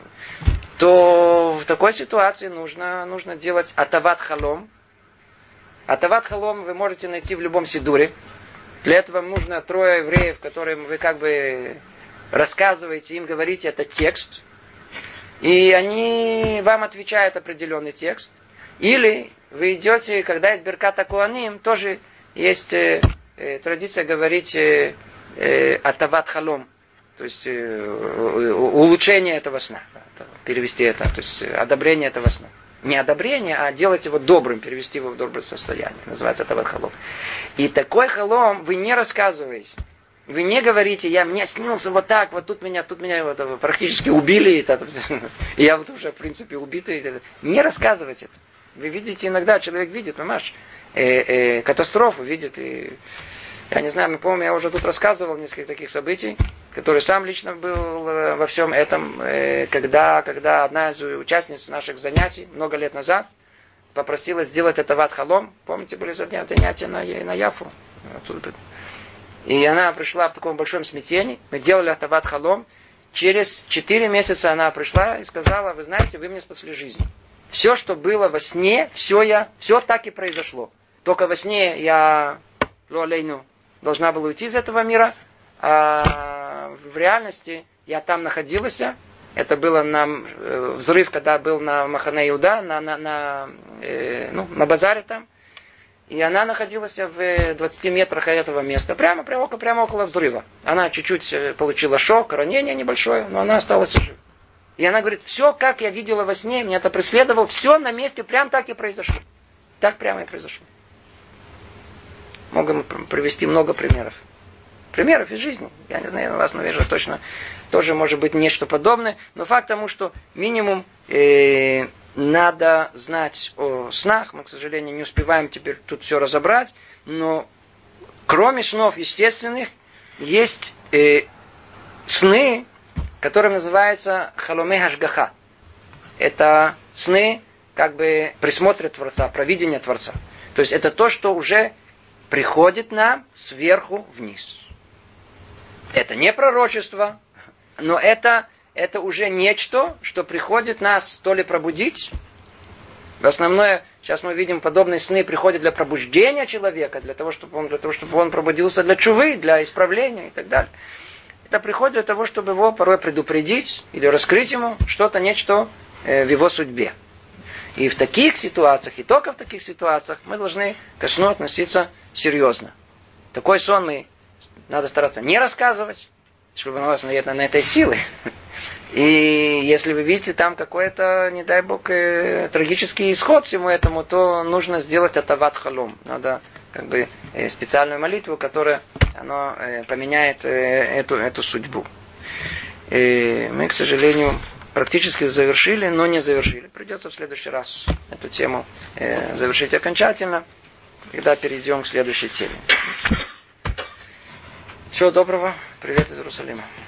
то в такой ситуации нужно, нужно делать атават халом. Атават халом вы можете найти в любом сидуре. Для этого вам нужно трое евреев, которым вы как бы рассказываете, им говорите этот текст. И они вам отвечают определенный текст. Или вы идете, когда есть Беркат ха-Коаним, тоже есть э, э, традиция говорить э, э, атават халом. То есть э, улучшение этого сна. Перевести это, то есть одобрение этого сна. Не одобрение, а делать его добрым, перевести его в доброе состояние. Называется атават халом. И такой халом вы не рассказываете. Вы не говорите, я, мне снился вот так, вот тут меня, тут меня вот, практически убили, и я вот уже, в принципе, убитый. Не рассказывайте это. Вы видите иногда, человек видит, понимаешь, э, э, катастрофу, видит. И, я не знаю, мы помню, я уже тут рассказывал несколько таких событий, который сам лично был во всем этом, э, когда, когда одна из участниц наших занятий, много лет назад, попросила сделать атават халом. Помните, были занятия на, на Яфу? И она пришла в таком большом смятении. Мы делали атават халом. Через четыре месяца она пришла и сказала, вы знаете, вы мне спасли жизнь. Все, что было во сне, все, я, все так и произошло. Только во сне я лолейну, должна была уйти из этого мира. А в реальности я там находилась. Это было на э, взрыв, когда был на Махане Иуда, на, на, на, э, ну, на базаре там. И она находилась в двадцати метрах от этого места, прямо, прямо, прямо около взрыва. Она чуть-чуть получила шок, ранение небольшое, но она осталась жива. И она говорит, все, как я видела во сне, меня это преследовало, все на месте, прям так и произошло. Так прямо и произошло. Могу привести много примеров. Примеров из жизни. Я не знаю, на вас, но вижу, точно тоже может быть нечто подобное. Но факт тому, что минимум э, надо знать о снах. Мы, к сожалению, не успеваем теперь тут все разобрать. Но кроме снов естественных, есть э, сны, которые называются халоме хашгаха. Это сны, как бы, присмотра Творца, провидения Творца. То есть это то, что уже приходит нам сверху вниз. Это не пророчество, но это, это уже нечто, что приходит нас то ли пробудить. В основном, сейчас мы видим, подобные сны приходят для пробуждения человека, для того, чтобы он, для того, чтобы он пробудился для чувы, для исправления и так далее. Это приходит для того, чтобы его порой предупредить или раскрыть ему что-то, нечто в его судьбе. И в таких ситуациях, и только в таких ситуациях, мы должны ко сну относиться серьезно. Такой сон мы надо стараться не рассказывать, чтобы у вас нет на этой силы. И если вы видите там какой-то, не дай Бог, э, трагический исход всему этому, то нужно сделать атават халом. Надо как бы э, специальную молитву, которая оно, э, поменяет э, эту, эту судьбу. И мы, к сожалению, практически завершили, но не завершили. Придется в следующий раз эту тему э, завершить окончательно, когда перейдем к следующей теме. Всего доброго. Привет из Иерусалима.